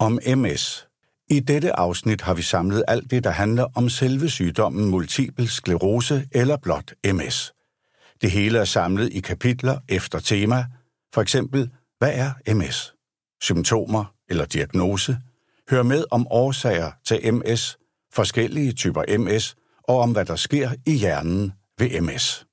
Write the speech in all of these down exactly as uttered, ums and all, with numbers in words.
Om M S. I dette afsnit har vi samlet alt det, der handler om selve sygdommen multipel sklerose eller blot M S. Det hele er samlet i kapitler efter tema, for eksempel, hvad er M S? Symptomer eller diagnose? Hør med om årsager til M S, forskellige typer M S og om, hvad der sker i hjernen ved M S.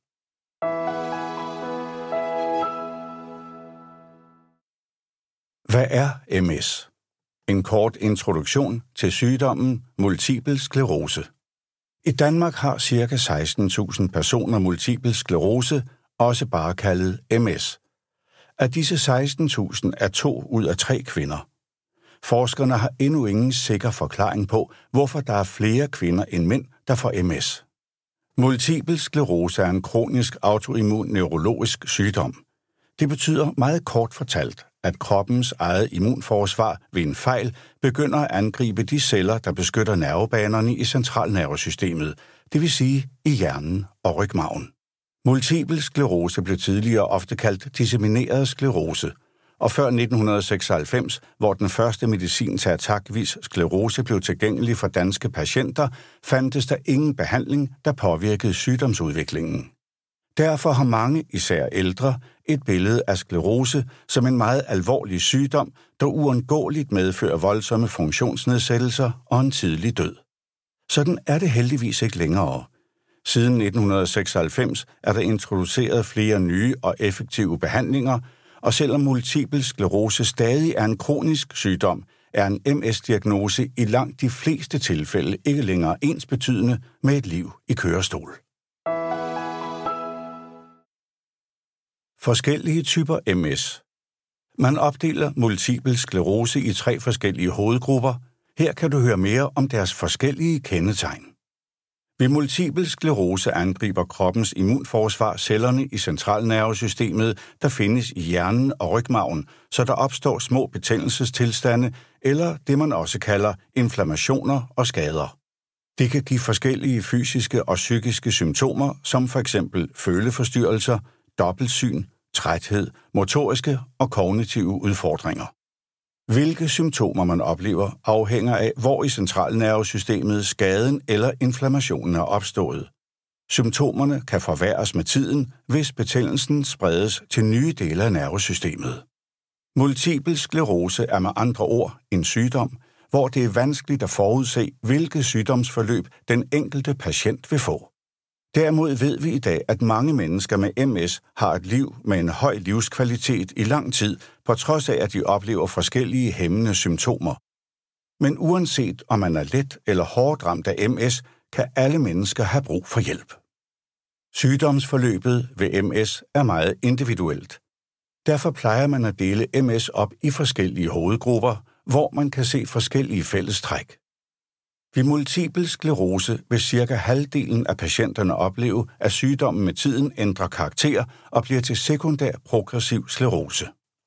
Hvad er M S? En kort introduktion til sygdommen multipel sklerose. I Danmark har ca. seksten tusind personer multipel sklerose, også bare kaldet M S. Af disse seksten tusind er to ud af tre kvinder. Forskerne har endnu ingen sikker forklaring på, hvorfor der er flere kvinder end mænd, der får M S. Multipel sklerose er en kronisk autoimmun neurologisk sygdom. Det betyder meget kort fortalt, at kroppens eget immunforsvar ved en fejl begynder at angribe de celler, der beskytter nervebanerne i centralnervesystemet, det vil sige i hjernen og rygmarven. Multipel sklerose blev tidligere ofte kaldt dissemineret sklerose, og før nitten seksoghalvfems, hvor den første medicin til atakvis sklerose blev tilgængelig for danske patienter, fandtes der ingen behandling, der påvirkede sygdomsudviklingen. Derfor har mange, især ældre, et billede af sklerose som en meget alvorlig sygdom, der uundgåeligt medfører voldsomme funktionsnedsættelser og en tidlig død. Sådan er det heldigvis ikke længere. Siden nitten seksoghalvfems er der introduceret flere nye og effektive behandlinger, og selvom multipel sklerose stadig er en kronisk sygdom, er en M S-diagnose i langt de fleste tilfælde ikke længere ensbetydende med et liv i kørestol. Forskellige typer M S. Man opdeler multipel sklerose i tre forskellige hovedgrupper. Her kan du høre mere om deres forskellige kendetegn. Ved multipel sklerose angriber kroppens immunforsvar cellerne i centralnervesystemet, der findes i hjernen og rygmarven, så der opstår små betændelsestilstande, eller det man også kalder inflammationer og skader. Det kan give forskellige fysiske og psykiske symptomer, som for eksempel føleforstyrrelser, dobbeltsyn, træthed, motoriske og kognitive udfordringer. Hvilke symptomer man oplever, afhænger af, hvor i centralnervesystemet skaden eller inflammationen er opstået. Symptomerne kan forværres med tiden, hvis betændelsen spredes til nye dele af nervesystemet. Multipel sklerose er med andre ord en sygdom, hvor det er vanskeligt at forudse, hvilket sygdomsforløb den enkelte patient vil få. Derimod ved vi i dag, at mange mennesker med M S har et liv med en høj livskvalitet i lang tid, på trods af, at de oplever forskellige hæmmende symptomer. Men uanset om man er let eller hårdt ramt af M S, kan alle mennesker have brug for hjælp. Sygdomsforløbet ved M S er meget individuelt. Derfor plejer man at dele M S op i forskellige hovedgrupper, hvor man kan se forskellige fællestræk. Ved multipel sklerose vil cirka halvdelen af patienterne opleve, at sygdommen med tiden ændrer karakter og bliver til sekundær progressiv sklerose.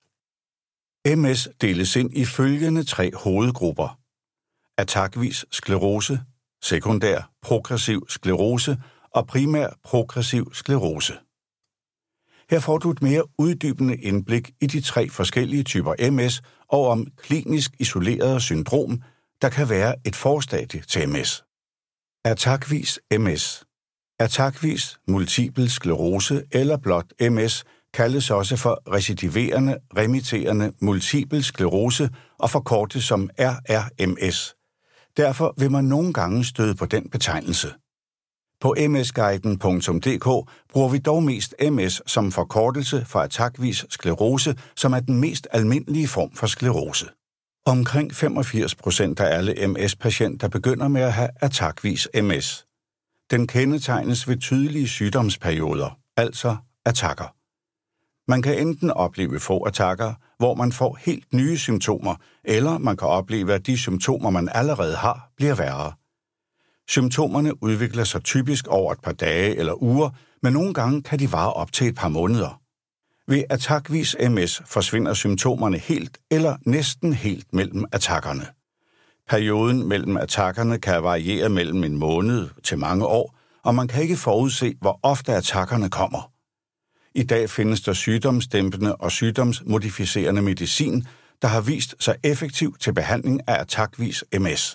M S deles ind i følgende tre hovedgrupper: atakvis sklerose, sekundær progressiv sklerose og primær progressiv sklerose. Her får du et mere uddybende indblik i de tre forskellige typer M S og om klinisk isoleret syndrom, der kan være et forstadie til M S. Atakvis M S. Atakvis multipel sklerose eller blot M S kaldes også for recidiverende, remitterende multipel sklerose og forkortes som R R M S. Derfor vil man nogle gange støde på den betegnelse. På m s guiden punktum d k bruger vi dog mest M S som forkortelse for atakvis sklerose, som er den mest almindelige form for sklerose. Omkring femogfirs procent af alle M S-patienter begynder med at have atakvis M S. Den kendetegnes ved tydelige sygdomsperioder, altså attacker. Man kan enten opleve få attacker, hvor man får helt nye symptomer, eller man kan opleve, at de symptomer, man allerede har, bliver værre. Symptomerne udvikler sig typisk over et par dage eller uger, men nogle gange kan de vare op til et par måneder. Ved atakvis M S forsvinder symptomerne helt eller næsten helt mellem attackerne. Perioden mellem attackerne kan variere mellem en måned til mange år, og man kan ikke forudse, hvor ofte attackerne kommer. I dag findes der sygdomsdæmpende og sygdomsmodificerende medicin, der har vist sig effektiv til behandling af atakvis M S.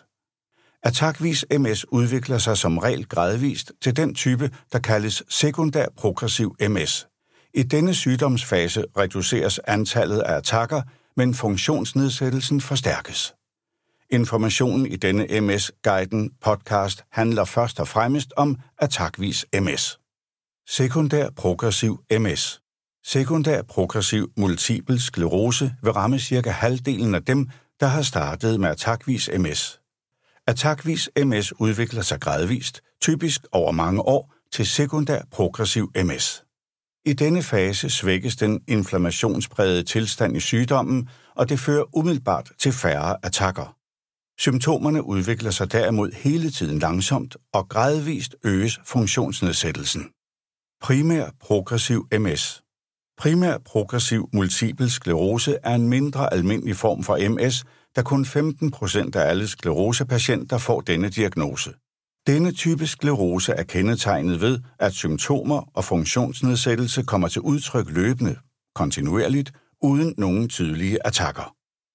Atakvis M S udvikler sig som regel gradvist til den type, der kaldes sekundær progressiv M S. I denne sygdomsfase reduceres antallet af attacker, men funktionsnedsættelsen forstærkes. Informationen i denne M S-guiden podcast handler først og fremmest om atakvis M S. Sekundær progressiv M S. Sekundær progressiv multipel sklerose vil ramme cirka halvdelen af dem, der har startet med atakvis M S. Atakvis M S udvikler sig gradvist, typisk over mange år, til sekundær progressiv M S. I denne fase svækkes den inflammationsprægede tilstand i sygdommen, og det fører umiddelbart til færre attacker. Symptomerne udvikler sig derimod hele tiden langsomt, og gradvist øges funktionsnedsættelsen. Primær progressiv M S. Primær progressiv multipel sklerose er en mindre almindelig form for M S, da kun femten procent af alle sklerosepatienter får denne diagnose. Denne type sklerose er kendetegnet ved, at symptomer og funktionsnedsættelse kommer til udtryk løbende, kontinuerligt, uden nogen tydelige attacker.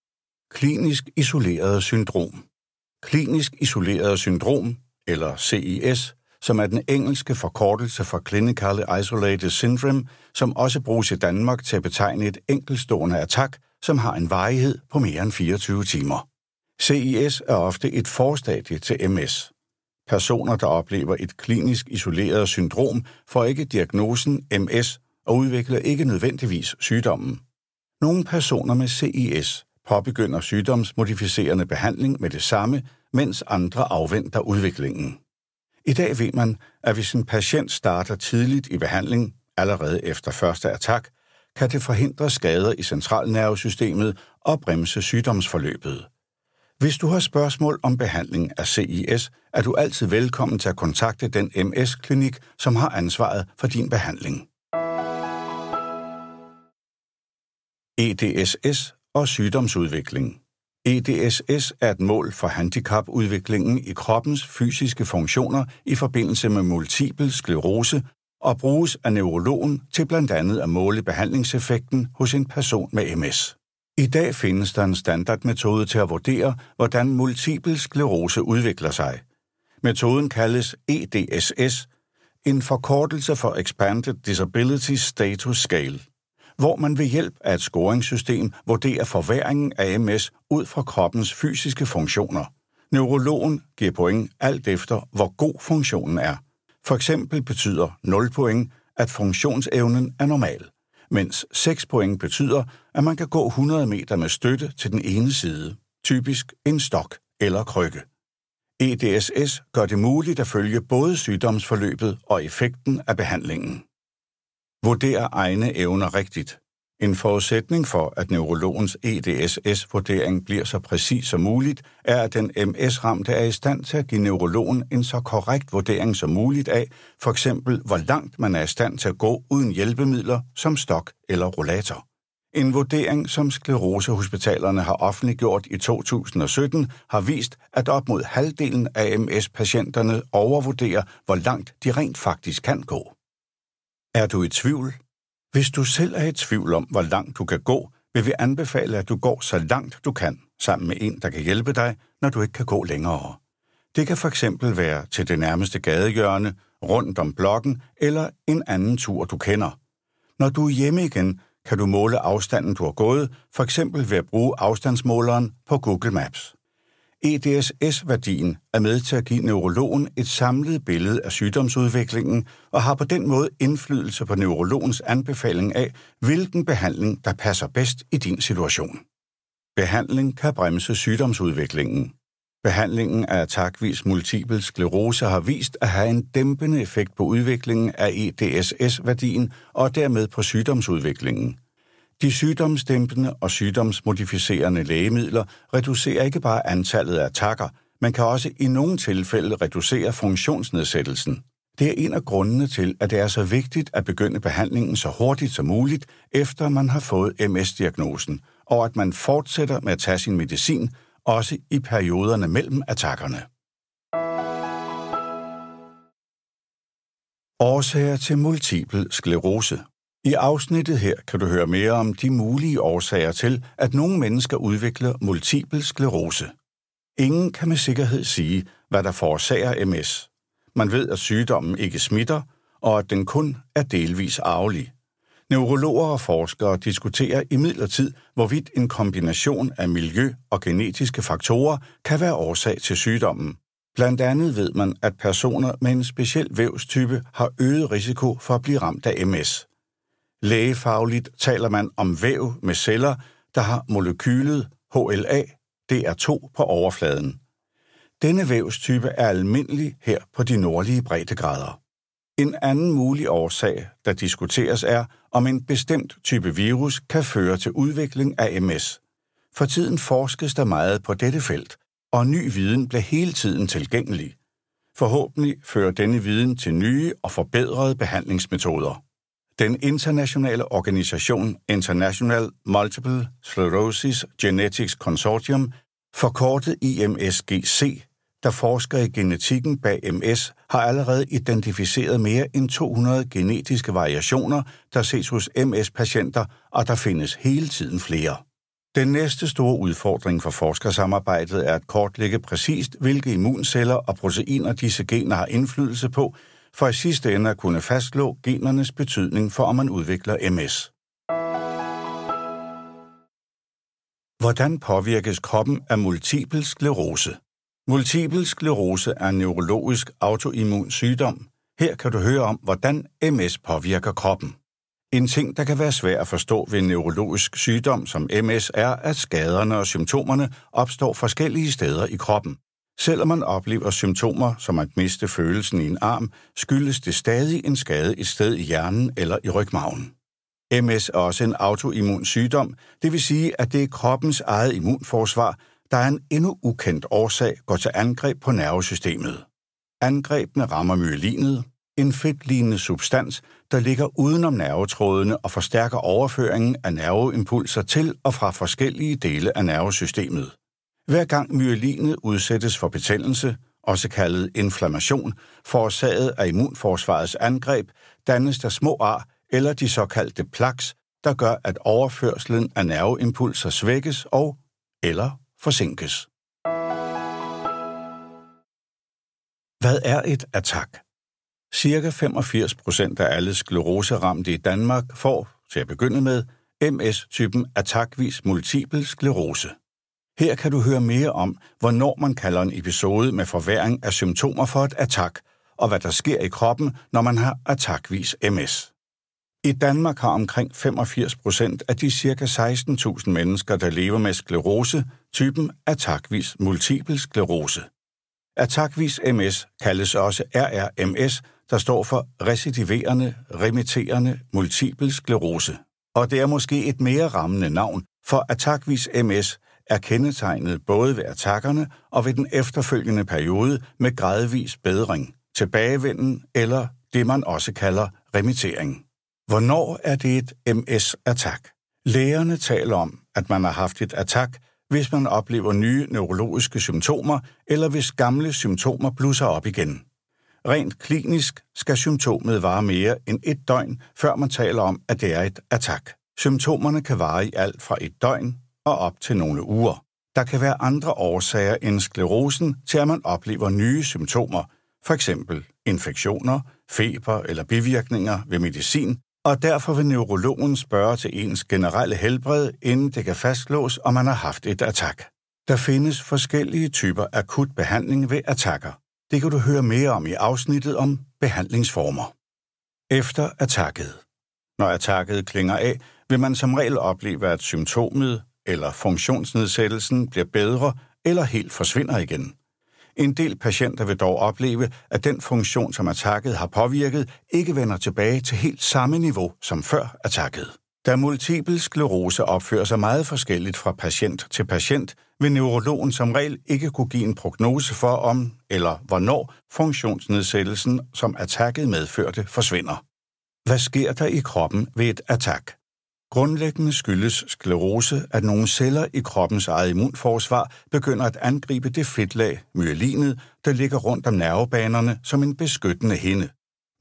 Klinisk isoleret syndrom. Klinisk isoleret syndrom, eller C I S, som er den engelske forkortelse for Clinically Isolated Syndrome, som også bruges i Danmark til at betegne et enkeltstående attak, som har en varighed på mere end fireogtyve timer. C I S er ofte et forstadie til M S. Personer, der oplever et klinisk isoleret syndrom, får ikke diagnosen M S og udvikler ikke nødvendigvis sygdommen. Nogle personer med C I S påbegynder sygdomsmodificerende behandling med det samme, mens andre afventer udviklingen. I dag ved man, at hvis en patient starter tidligt i behandling, allerede efter første attak, kan det forhindre skader i centralnervesystemet og bremse sygdomsforløbet. Hvis du har spørgsmål om behandling af C I S, er du altid velkommen til at kontakte den M S-klinik, som har ansvaret for din behandling. E D S S og sygdomsudvikling. E D S S er et mål for handicapudviklingen i kroppens fysiske funktioner i forbindelse med multipel sklerose og bruges af neurologen til blandt andet at måle behandlingseffekten hos en person med M S. I dag findes der en standardmetode til at vurdere, hvordan multipel sklerose udvikler sig. Metoden kaldes E D S S, en forkortelse for Expanded Disability Status Scale, hvor man ved hjælp af et scoringssystem vurderer forværringen af M S ud fra kroppens fysiske funktioner. Neurologen giver point alt efter, hvor god funktionen er. For eksempel betyder nul point, at funktionsevnen er normal, mens seks point betyder, at man kan gå hundrede meter med støtte til den ene side, typisk en stok eller krykke. E D S S gør det muligt at følge både sygdomsforløbet og effekten af behandlingen. Vurder egne evner rigtigt. En forudsætning for, at neurologens E D S S-vurdering bliver så præcis som muligt, er, at den M S-ramte er i stand til at give neurologen en så korrekt vurdering som muligt af, for eksempel hvor langt man er i stand til at gå uden hjælpemidler som stok eller rollator. En vurdering, som sklerosehospitalerne har offentliggjort i to tusind og sytten, har vist, at op mod halvdelen af M S-patienterne overvurderer, hvor langt de rent faktisk kan gå. Er du i tvivl? Hvis du selv er i tvivl om, hvor langt du kan gå, vil vi anbefale, at du går så langt du kan, sammen med en, der kan hjælpe dig, når du ikke kan gå længere. Det kan fx være til det nærmeste gadehjørne, rundt om blokken eller en anden tur, du kender. Når du er hjemme igen, kan du måle afstanden, du har gået, f.eks. ved at bruge afstandsmåleren på Google Maps. E D S S-værdien er med til at give neurologen et samlet billede af sygdomsudviklingen og har på den måde indflydelse på neurologens anbefaling af, hvilken behandling, der passer bedst i din situation. Behandling kan bremse sygdomsudviklingen. Behandlingen af atakvis multipel sklerose har vist at have en dæmpende effekt på udviklingen af E D S S-værdien og dermed på sygdomsudviklingen. De sygdomsdæmpende og sygdomsmodificerende lægemidler reducerer ikke bare antallet af attacker, men kan også i nogle tilfælde reducere funktionsnedsættelsen. Det er en af grundene til, at det er så vigtigt at begynde behandlingen så hurtigt som muligt, efter man har fået M S-diagnosen, og at man fortsætter med at tage sin medicin, også i perioderne mellem attackerne. Årsager til multipel sklerose. I afsnittet her kan du høre mere om de mulige årsager til, at nogle mennesker udvikler multipel sklerose. Ingen kan med sikkerhed sige, hvad der forårsager M S. Man ved, at sygdommen ikke smitter, og at den kun er delvis arvelig. Neurologer og forskere diskuterer imidlertid, hvorvidt en kombination af miljø og genetiske faktorer kan være årsag til sygdommen. Blandt andet ved man, at personer med en speciel vævstype har øget risiko for at blive ramt af M S. Lægefagligt taler man om væv med celler, der har molekylet H L A D R to på overfladen. Denne vævstype er almindelig her på de nordlige breddegrader. En anden mulig årsag, der diskuteres, er, om en bestemt type virus kan føre til udvikling af M S. For tiden forskes der meget på dette felt, og ny viden bliver hele tiden tilgængelig. Forhåbentlig fører denne viden til nye og forbedrede behandlingsmetoder. Den internationale organisation International Multiple Sclerosis Genetics Consortium, forkortet I M S G C, der forsker i genetikken bag M S, har allerede identificeret mere end to hundrede genetiske variationer, der ses hos M S-patienter, og der findes hele tiden flere. Den næste store udfordring for forskersamarbejdet er at kortlægge præcist, hvilke immunceller og proteiner disse gener har indflydelse på, for i sidste ende at kunne fastslå genernes betydning for, om man udvikler M S. Hvordan påvirkes kroppen af multipel sklerose? Multipel sklerose er en neurologisk autoimmun sygdom. Her kan du høre om, hvordan M S påvirker kroppen. En ting, der kan være svær at forstå ved en neurologisk sygdom som M S, er, at skaderne og symptomerne opstår forskellige steder i kroppen. Selvom man oplever symptomer som at miste følelsen i en arm, skyldes det stadig en skade et sted i hjernen eller i rygmarven. M S er også en autoimmun sygdom, det vil sige, at det er kroppens eget immunforsvar, der er en endnu ukendt årsag, går til angreb på nervesystemet. Angrebene rammer myelinet, en fedtlignende substans, der ligger udenom nervetrådene og forstærker overføringen af nerveimpulser til og fra forskellige dele af nervesystemet. Hver gang myelinet udsættes for betændelse, også kaldet inflammation, forårsaget af immunforsvarets angreb, dannes der små ar eller de såkaldte plaques, der gør, at overførslen af nerveimpulser svækkes og eller forsinkes. Hvad er et attack? Cirka femogfirs procent af alle skleroseramte i Danmark får, til at begynde med, M S-typen attackvis multipel sklerose. Her kan du høre mere om, hvornår man kalder en episode med forværring af symptomer for et attack, og hvad der sker i kroppen, når man har attackvis M S. I Danmark har omkring femogfirs procent af de ca. seksten tusind mennesker, der lever med sklerose, typen attackvis multipel sklerose. Attackvis M S kaldes også R R M S, der står for recidiverende, remitterende multipel sklerose. Og det er måske et mere rammende navn, for attackvis M S er kendetegnet både ved attackerne og ved den efterfølgende periode med gradvis bedring, tilbagevenden eller det, man også kalder remittering. Hvornår er det et M S-attack? Lægerne taler om, at man har haft et attack, hvis man oplever nye neurologiske symptomer, eller hvis gamle symptomer blusser op igen. Rent klinisk skal symptomet vare mere end et døgn, før man taler om, at det er et attack. Symptomerne kan vare i alt fra et døgn og op til nogle uger. Der kan være andre årsager end sklerosen til, at man oplever nye symptomer, f.eks. infektioner, feber eller bivirkninger ved medicin, og derfor vil neurologen spørge til ens generelle helbred, inden det kan fastslås, om man har haft et attack. Der findes forskellige typer akut behandling ved attacker. Det kan du høre mere om i afsnittet om behandlingsformer. Efter attacket. Når attacket klinger af, vil man som regel opleve, at symptomet eller funktionsnedsættelsen bliver bedre eller helt forsvinder igen. En del patienter vil dog opleve, at den funktion, som attacket har påvirket, ikke vender tilbage til helt samme niveau som før attacket. Da multipel sklerose opfører sig meget forskelligt fra patient til patient, vil neurologen som regel ikke kunne give en prognose for, om eller hvornår funktionsnedsættelsen, som attacket medførte, forsvinder. Hvad sker der i kroppen ved et attack? Grundlæggende skyldes sklerose, at nogle celler i kroppens eget immunforsvar begynder at angribe det fedtlag, myelinet, der ligger rundt om nervebanerne som en beskyttende hinde.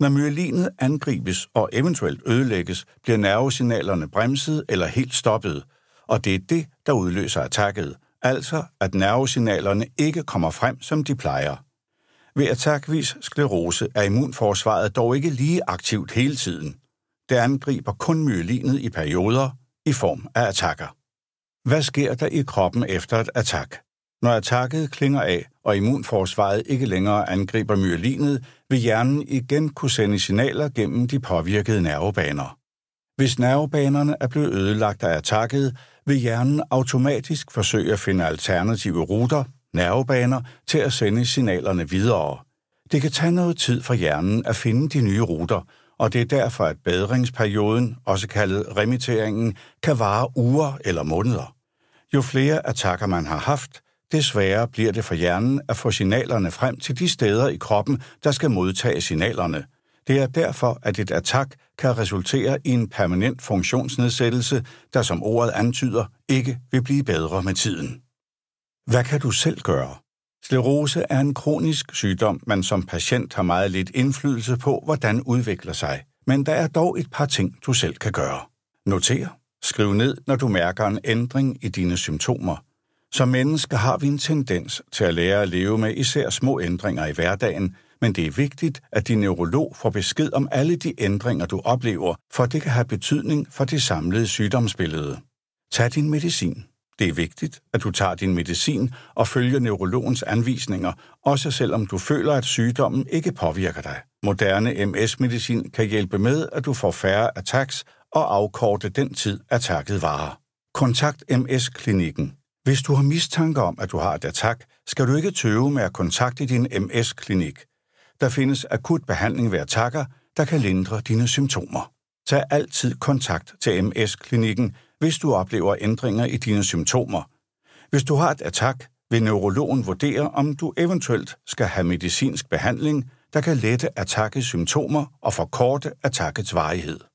Når myelinet angribes og eventuelt ødelægges, bliver nervesignalerne bremset eller helt stoppet, og det er det, der udløser attacket, altså at nervesignalerne ikke kommer frem, som de plejer. Ved attackvis sklerose er immunforsvaret dog ikke lige aktivt hele tiden. Det angriber kun myelinet i perioder i form af attacker. Hvad sker der i kroppen efter et attack? Når attacket klinger af, og immunforsvaret ikke længere angriber myelinet, vil hjernen igen kunne sende signaler gennem de påvirkede nervebaner. Hvis nervebanerne er blevet ødelagt af attacket, vil hjernen automatisk forsøge at finde alternative ruter, nervebaner, til at sende signalerne videre. Det kan tage noget tid for hjernen at finde de nye ruter, og det er derfor, at bedringsperioden, også kaldet remitteringen, kan vare uger eller måneder. Jo flere attacker man har haft, des sværere bliver det for hjernen at få signalerne frem til de steder i kroppen, der skal modtage signalerne. Det er derfor, at et attack kan resultere i en permanent funktionsnedsættelse, der som ordet antyder, ikke vil blive bedre med tiden. Hvad kan du selv gøre? Sklerose er en kronisk sygdom, man som patient har meget lidt indflydelse på, hvordan udvikler sig. Men der er dog et par ting, du selv kan gøre. Noter. Skriv ned, når du mærker en ændring i dine symptomer. Som mennesker har vi en tendens til at lære at leve med især små ændringer i hverdagen, men det er vigtigt, at din neurolog får besked om alle de ændringer, du oplever, for det kan have betydning for det samlede sygdomsbillede. Tag din medicin. Det er vigtigt, at du tager din medicin og følger neurologens anvisninger, også selvom du føler, at sygdommen ikke påvirker dig. Moderne M S-medicin kan hjælpe med, at du får færre attacks og afkorte den tid, attacket varer. Kontakt M S-klinikken. Hvis du har mistanke om, at du har et attack, skal du ikke tøve med at kontakte din M S-klinik. Der findes akut behandling ved attacker, der kan lindre dine symptomer. Tag altid kontakt til M S-klinikken, hvis du oplever ændringer i dine symptomer. Hvis du har et attack, vil neurologen vurdere, om du eventuelt skal have medicinsk behandling, der kan lette attackets symptomer og forkorte attackets varighed.